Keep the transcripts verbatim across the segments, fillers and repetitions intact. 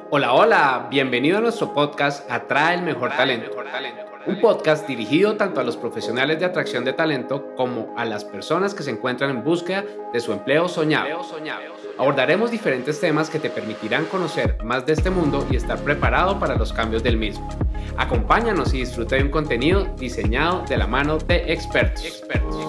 Hola, hola, bienvenido a nuestro podcast Atrae el Mejor Talento. Un podcast dirigido tanto a los profesionales de atracción de talento como a las personas que se encuentran en búsqueda de su empleo soñado. Abordaremos diferentes temas que te permitirán conocer más de este mundo y estar preparado para los cambios del mismo. Acompáñanos y disfruta de un contenido diseñado de la mano de expertos.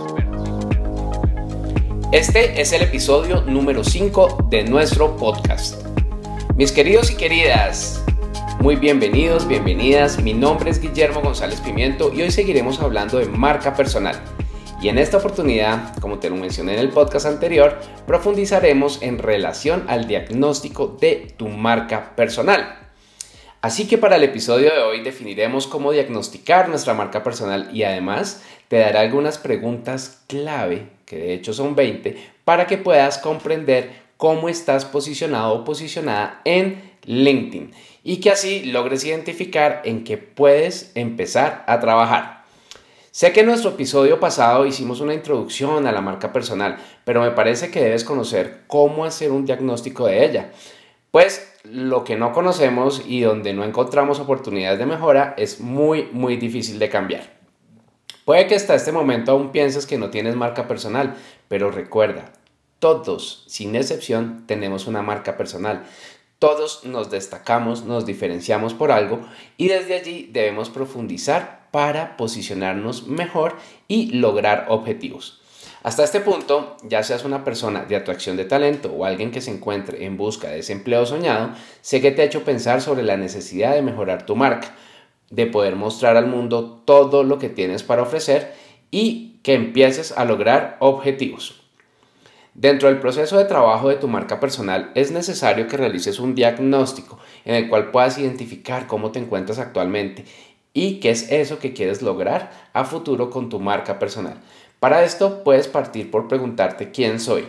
Este es el episodio número cinco de nuestro podcast. Mis queridos y queridas, muy bienvenidos, bienvenidas. Mi nombre es Guillermo González Pimiento y hoy seguiremos hablando de marca personal. Y en esta oportunidad, como te lo mencioné en el podcast anterior, profundizaremos en relación al diagnóstico de tu marca personal. Así que para el episodio de hoy definiremos cómo diagnosticar nuestra marca personal y además te daré algunas preguntas clave, que de hecho son veinte, para que puedas comprender cómo estás posicionado o posicionada en LinkedIn y que así logres identificar en qué puedes empezar a trabajar. Sé que en nuestro episodio pasado hicimos una introducción a la marca personal, pero me parece que debes conocer cómo hacer un diagnóstico de ella. Pues lo que no conocemos y donde no encontramos oportunidades de mejora es muy, muy difícil de cambiar. Puede que hasta este momento aún pienses que no tienes marca personal, pero recuerda, todos, sin excepción, tenemos una marca personal. Todos nos destacamos, nos diferenciamos por algo y desde allí debemos profundizar para posicionarnos mejor y lograr objetivos. Hasta este punto, ya seas una persona de atracción de talento o alguien que se encuentre en busca de ese empleo soñado, sé que te ha hecho pensar sobre la necesidad de mejorar tu marca, de poder mostrar al mundo todo lo que tienes para ofrecer y que empieces a lograr objetivos. Dentro del proceso de trabajo de tu marca personal es necesario que realices un diagnóstico en el cual puedas identificar cómo te encuentras actualmente y qué es eso que quieres lograr a futuro con tu marca personal. Para esto puedes partir por preguntarte quién soy.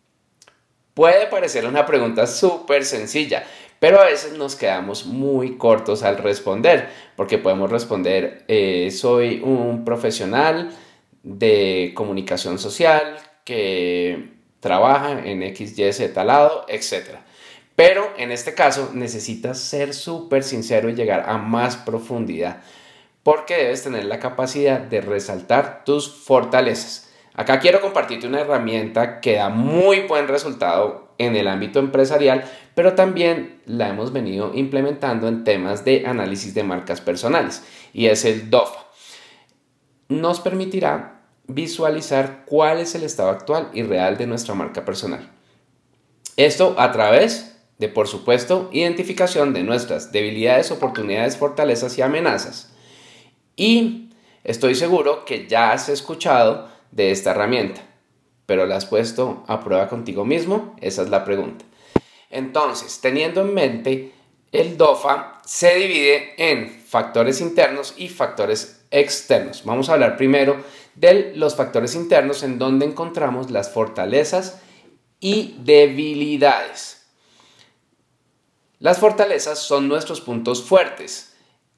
Puede parecer una pregunta súper sencilla, pero a veces nos quedamos muy cortos al responder, porque podemos responder eh, soy un profesional de comunicación social que trabaja en X Y Z lado, etcétera. Pero en este caso necesitas ser súper sincero y llegar a más profundidad, porque debes tener la capacidad de resaltar tus fortalezas. Acá quiero compartirte una herramienta que da muy buen resultado en el ámbito empresarial, pero también la hemos venido implementando en temas de análisis de marcas personales, y es el D O F A. Nos permitirá visualizar cuál es el estado actual y real de nuestra marca personal. Esto a través de, por supuesto, identificación de nuestras debilidades, oportunidades, fortalezas y amenazas. Y estoy seguro que ya has escuchado de esta herramienta, pero ¿la has puesto a prueba contigo mismo? Esa es la pregunta. Entonces, teniendo en mente, el D O F A se divide en factores internos y factores externos. Vamos a hablar primero de los factores internos, en donde encontramos las fortalezas y debilidades. Las fortalezas son nuestros puntos fuertes,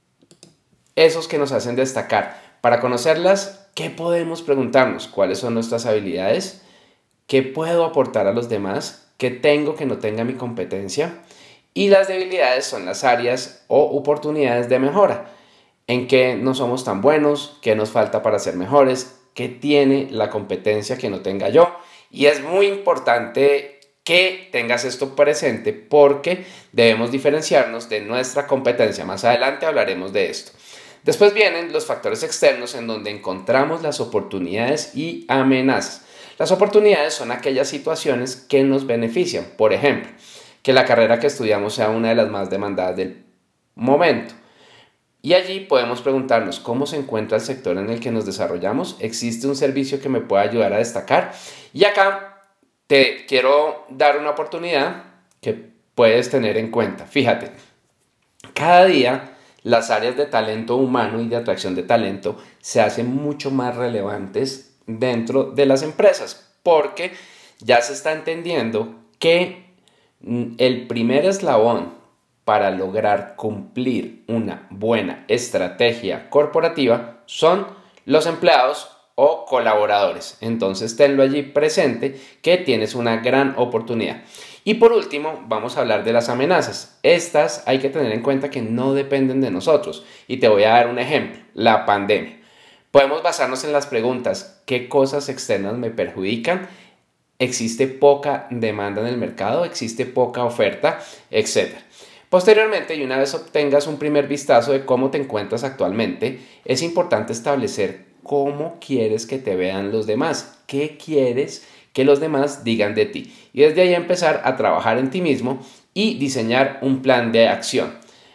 esos que nos hacen destacar. Para conocerlas, ¿qué podemos preguntarnos? ¿Cuáles son nuestras habilidades? ¿Qué puedo aportar a los demás? ¿Qué tengo que no tenga mi competencia? Y las debilidades son las áreas o oportunidades de mejora. ¿En qué no somos tan buenos? ¿Qué nos falta para ser mejores? ¿Qué tiene la competencia que no tenga yo? Y es muy importante que tengas esto presente porque debemos diferenciarnos de nuestra competencia. Más adelante hablaremos de esto. Después vienen los factores externos, en donde encontramos las oportunidades y amenazas. Las oportunidades son aquellas situaciones que nos benefician. Por ejemplo, que la carrera que estudiamos sea una de las más demandadas del momento. Y allí podemos preguntarnos cómo se encuentra el sector en el que nos desarrollamos. ¿Existe un servicio que me pueda ayudar a destacar? Y acá te quiero dar una oportunidad que puedes tener en cuenta. Fíjate, cada día las áreas de talento humano y de atracción de talento se hacen mucho más relevantes dentro de las empresas, porque ya se está entendiendo que el primer eslabón para lograr cumplir una buena estrategia corporativa son los empleados o colaboradores. Entonces tenlo allí presente que tienes una gran oportunidad. Y por último, vamos a hablar de las amenazas. Estas hay que tener en cuenta que no dependen de nosotros. Y te voy a dar un ejemplo, la pandemia. Podemos basarnos en las preguntas, ¿qué cosas externas me perjudican? ¿Existe poca demanda en el mercado? ¿Existe poca oferta? Etcétera. Posteriormente, y una vez obtengas un primer vistazo de cómo te encuentras actualmente, es importante establecer cómo quieres que te vean los demás, qué quieres que los demás digan de ti. Y desde ahí empezar a trabajar en ti mismo y diseñar un plan de acción.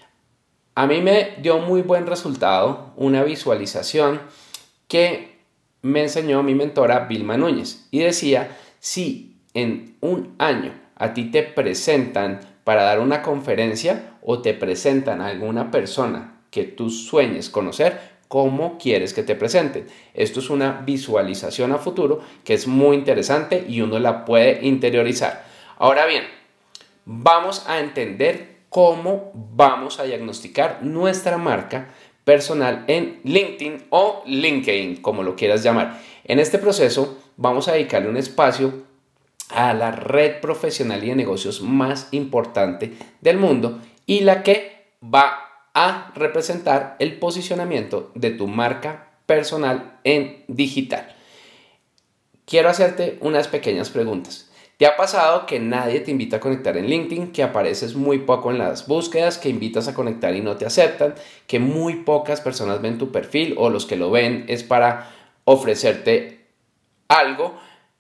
A mí me dio muy buen resultado una visualización que me enseñó mi mentora Vilma Núñez y decía, si en un año a ti te presentan para dar una conferencia o te presentan a alguna persona que tú sueñes conocer, ¿cómo quieres que te presenten? Esto es una visualización a futuro que es muy interesante y uno la puede interiorizar. Ahora bien, vamos a entender cómo vamos a diagnosticar nuestra marca personal en LinkedIn o LinkedIn, como lo quieras llamar. En este proceso vamos a dedicarle un espacio a la red profesional y de negocios más importante del mundo y la que va a representar el posicionamiento de tu marca personal en digital. Quiero hacerte unas pequeñas preguntas. ¿Te ha pasado que nadie te invita a conectar en LinkedIn, que apareces muy poco en las búsquedas, que invitas a conectar y no te aceptan, que muy pocas personas ven tu perfil o los que lo ven es para ofrecerte algo,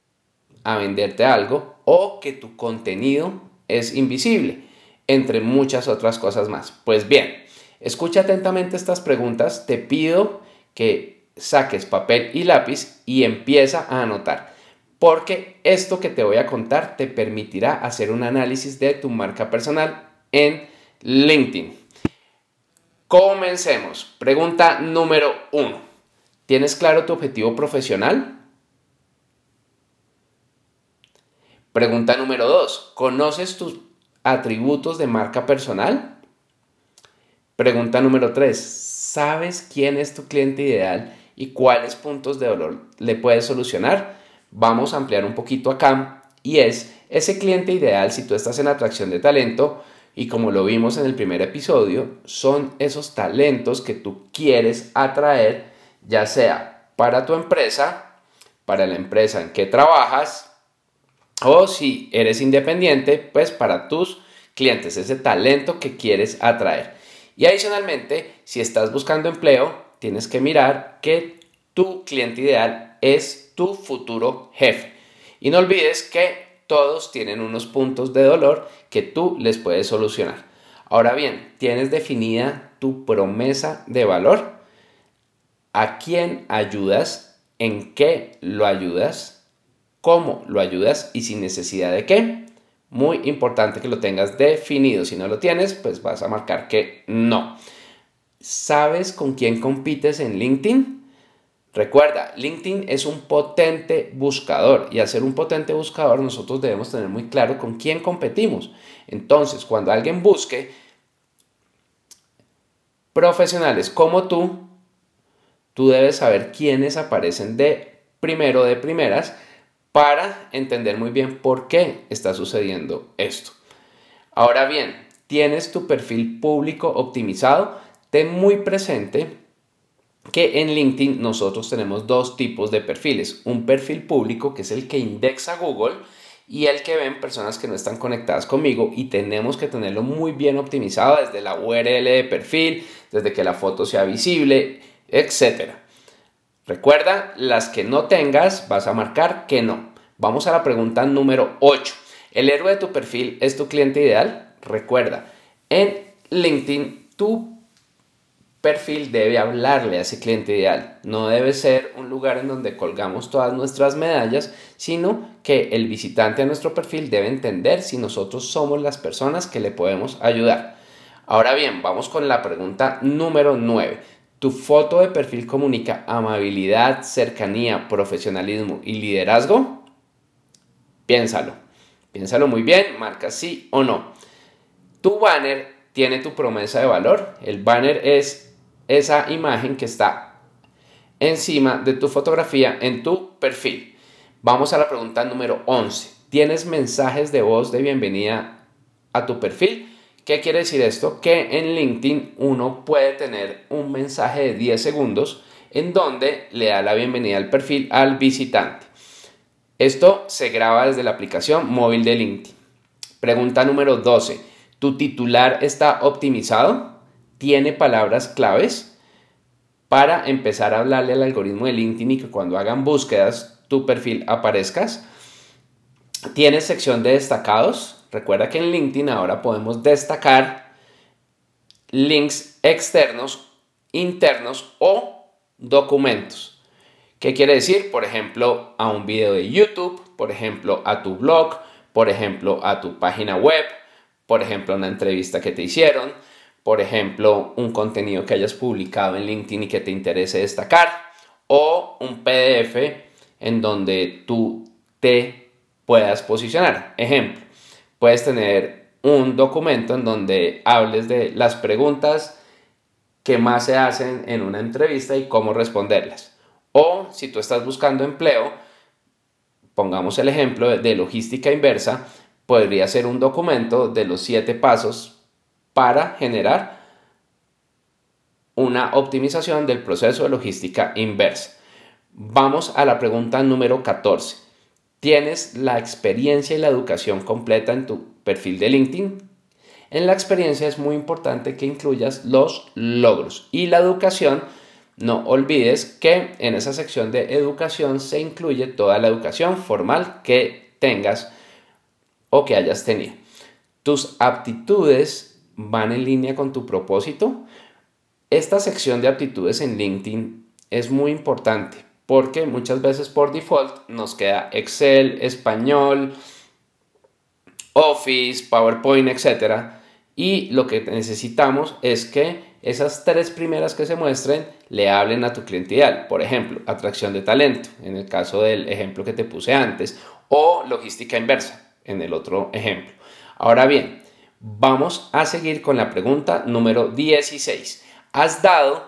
a venderte algo, o que tu contenido es invisible, entre muchas otras cosas más? Pues bien, escucha atentamente estas preguntas, te pido que saques papel y lápiz y empieza a anotar. Porque esto que te voy a contar te permitirá hacer un análisis de tu marca personal en LinkedIn. Comencemos. Pregunta número uno. ¿Tienes claro tu objetivo profesional? Pregunta número dos. ¿Conoces tus atributos de marca personal? Pregunta número tres. ¿Sabes quién es tu cliente ideal y cuáles puntos de dolor le puedes solucionar? Vamos a ampliar un poquito acá y es ese cliente ideal. Si tú estás en atracción de talento y como lo vimos en el primer episodio, son esos talentos que tú quieres atraer, ya sea para tu empresa, para la empresa en que trabajas o si eres independiente, pues para tus clientes, ese talento que quieres atraer. Y adicionalmente, si estás buscando empleo, tienes que mirar que tu cliente ideal es tu futuro jefe. Y no olvides que todos tienen unos puntos de dolor que tú les puedes solucionar. Ahora bien, ¿tienes definida tu promesa de valor? ¿A quién ayudas? ¿En qué lo ayudas? ¿Cómo lo ayudas? ¿Y sin necesidad de qué? Muy importante que lo tengas definido. Si no lo tienes, pues vas a marcar que no. ¿Sabes con quién compites en LinkedIn? Recuerda, LinkedIn es un potente buscador y al ser un potente buscador nosotros debemos tener muy claro con quién competimos. Entonces, cuando alguien busque profesionales como tú, tú debes saber quiénes aparecen de primero de primeras para entender muy bien por qué está sucediendo esto. Ahora bien, ¿tienes tu perfil público optimizado? Ten muy presente que en LinkedIn nosotros tenemos dos tipos de perfiles. Un perfil público, que es el que indexa Google, y el que ven personas que no están conectadas conmigo, y tenemos que tenerlo muy bien optimizado desde la U R L de perfil, desde que la foto sea visible, etcétera. Recuerda, las que no tengas vas a marcar que no. Vamos a la pregunta número ocho. ¿El héroe de tu perfil es tu cliente ideal? Recuerda, en LinkedIn tu perfil debe hablarle a ese cliente ideal. No debe ser un lugar en donde colgamos todas nuestras medallas, sino que el visitante a nuestro perfil debe entender si nosotros somos las personas que le podemos ayudar. Ahora bien, vamos con la pregunta número nueve. ¿Tu foto de perfil comunica amabilidad, cercanía, profesionalismo y liderazgo? Piénsalo. Piénsalo muy bien, marca sí o no. ¿Tu banner tiene tu promesa de valor? El banner es esa imagen que está encima de tu fotografía en tu perfil. Vamos a la pregunta número once. tienes mensajes de voz de bienvenida a tu perfil. ¿Qué quiere decir esto? Que en LinkedIn uno puede tener un mensaje de diez segundos en donde le da la bienvenida al perfil al visitante. Esto se graba desde la aplicación móvil de LinkedIn. Pregunta número doce. ¿Tu titular está optimizado? ¿Tiene palabras claves para empezar a hablarle al algoritmo de LinkedIn y que cuando hagan búsquedas tu perfil aparezcas? ¿Tienes sección de destacados? Recuerda que en LinkedIn ahora podemos destacar links externos, internos o documentos. ¿Qué quiere decir? Por ejemplo, a un video de YouTube, por ejemplo, a tu blog, por ejemplo, a tu página web, por ejemplo, una entrevista que te hicieron, por ejemplo, un contenido que hayas publicado en LinkedIn y que te interese destacar, o un P D F en donde tú te puedas posicionar. Ejemplo. Puedes tener un documento en donde hables de las preguntas que más se hacen en una entrevista y cómo responderlas. O si tú estás buscando empleo, pongamos el ejemplo de logística inversa, podría ser un documento de los siete pasos para generar una optimización del proceso de logística inversa. Vamos a la pregunta número catorce. ¿Tienes la experiencia y la educación completa en tu perfil de LinkedIn? En la experiencia es muy importante que incluyas los logros y la educación. No olvides que en esa sección de educación se incluye toda la educación formal que tengas o que hayas tenido. ¿Tus aptitudes van en línea con tu propósito? Esta sección de aptitudes en LinkedIn es muy importante, porque muchas veces por default nos queda Excel, español, Office, PowerPoint, etcétera. Y lo que necesitamos es que esas tres primeras que se muestren le hablen a tu cliente ideal. Por ejemplo, atracción de talento, en el caso del ejemplo que te puse antes, o logística inversa, en el otro ejemplo. Ahora bien, vamos a seguir con la pregunta número dieciséis. ¿Has dado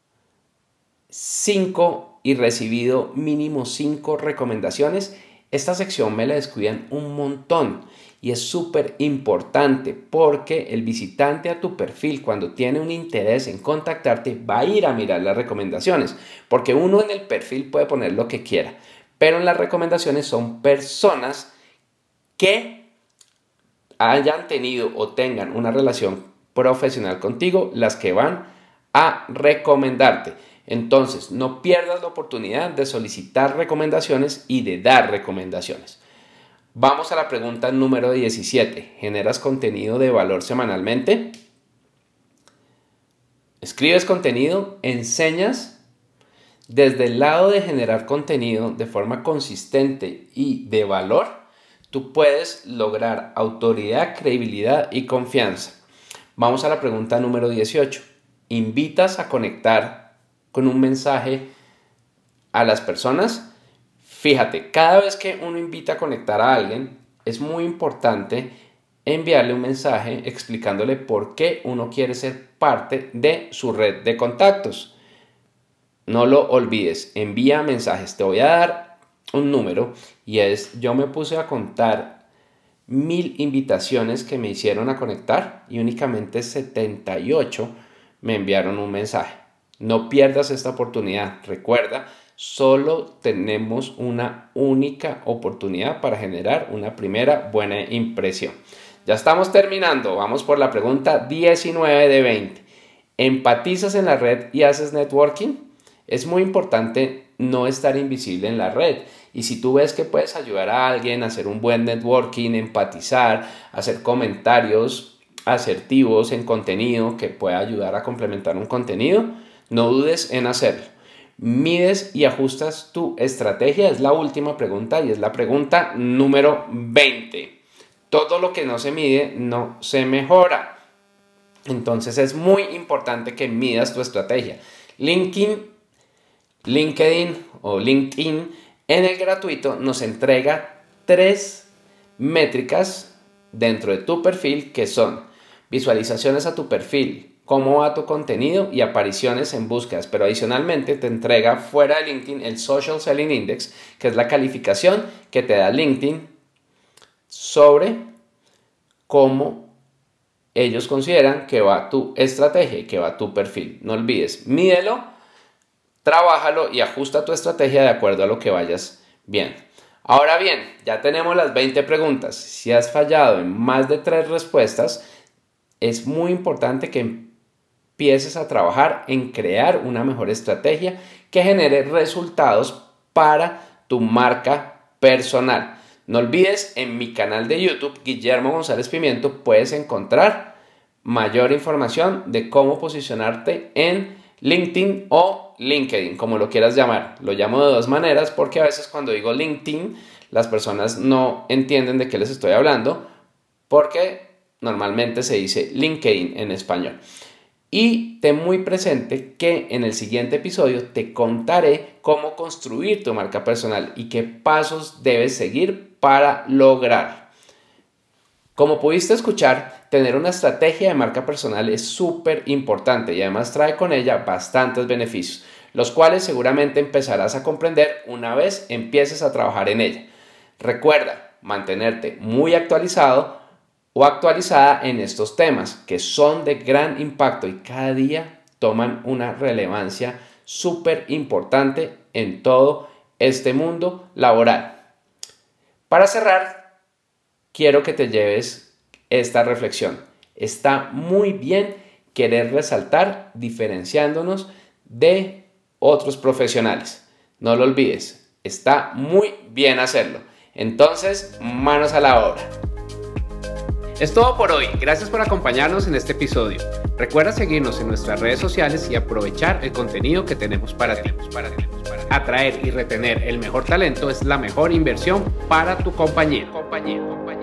cinco y recibido mínimo cinco recomendaciones? Esta sección me la descuidan un montón y es súper importante porque el visitante a tu perfil, cuando tiene un interés en contactarte, va a ir a mirar las recomendaciones, porque uno en el perfil puede poner lo que quiera, pero en las recomendaciones son personas que hayan tenido o tengan una relación profesional contigo las que van a recomendarte. Entonces, no pierdas la oportunidad de solicitar recomendaciones y de dar recomendaciones. Vamos a la pregunta número diecisiete. ¿Generas contenido de valor semanalmente? ¿Escribes contenido? ¿Enseñas? Desde el lado de generar contenido de forma consistente y de valor, tú puedes lograr autoridad, credibilidad y confianza. Vamos a la pregunta número dieciocho. ¿Invitas a conectar con un mensaje a las personas? Fíjate, cada vez que uno invita a conectar a alguien, es muy importante enviarle un mensaje explicándole por qué uno quiere ser parte de su red de contactos. No lo olvides, envía mensajes. Te voy a dar un número y es, yo me puse a contar mil invitaciones que me hicieron a conectar y únicamente setenta y ocho me enviaron un mensaje. No pierdas esta oportunidad. Recuerda, solo tenemos una única oportunidad para generar una primera buena impresión. Ya estamos terminando. Vamos por la pregunta diecinueve de veinte. ¿Empatizas en la red y haces networking? Es muy importante no estar invisible en la red. Y si tú ves que puedes ayudar a alguien a hacer un buen networking, empatizar, hacer comentarios asertivos en contenido que pueda ayudar a complementar un contenido, no dudes en hacerlo. ¿Mides y ajustas tu estrategia? Es la última pregunta y es la pregunta número veinte. Todo lo que no se mide no se mejora. Entonces es muy importante que midas tu estrategia. LinkedIn, LinkedIn o LinkedIn en el gratuito nos entrega tres métricas dentro de tu perfil que son visualizaciones a tu perfil, cómo va tu contenido y apariciones en búsquedas, pero adicionalmente te entrega fuera de LinkedIn el Social Selling Index, que es la calificación que te da LinkedIn sobre cómo ellos consideran que va tu estrategia y que va tu perfil. No olvides, mídelo, trabájalo y ajusta tu estrategia de acuerdo a lo que vayas viendo. Ahora bien, ya tenemos las veinte preguntas. Si has fallado en más de tres respuestas, es muy importante que empieces a trabajar en crear una mejor estrategia que genere resultados para tu marca personal. No olvides, en mi canal de YouTube, Guillermo González Pimiento, puedes encontrar mayor información de cómo posicionarte en LinkedIn o LinkedIn, como lo quieras llamar. Lo llamo de dos maneras porque a veces cuando digo LinkedIn, las personas no entienden de qué les estoy hablando, porque normalmente se dice LinkedIn en español. Y ten muy presente que en el siguiente episodio te contaré cómo construir tu marca personal y qué pasos debes seguir para lograr. Como pudiste escuchar, tener una estrategia de marca personal es súper importante y además trae con ella bastantes beneficios, los cuales seguramente empezarás a comprender una vez empieces a trabajar en ella. Recuerda mantenerte muy actualizado o actualizada en estos temas que son de gran impacto y cada día toman una relevancia súper importante en todo este mundo laboral. Para cerrar, quiero que te lleves esta reflexión. Está muy bien querer resaltar diferenciándonos de otros profesionales. No lo olvides, está muy bien hacerlo. Entonces, manos a la obra. Es todo por hoy. Gracias por acompañarnos en este episodio. Recuerda seguirnos en nuestras redes sociales y aprovechar el contenido que tenemos para ti. Atraer y retener el mejor talento es la mejor inversión para tu compañía. compañía, compañía.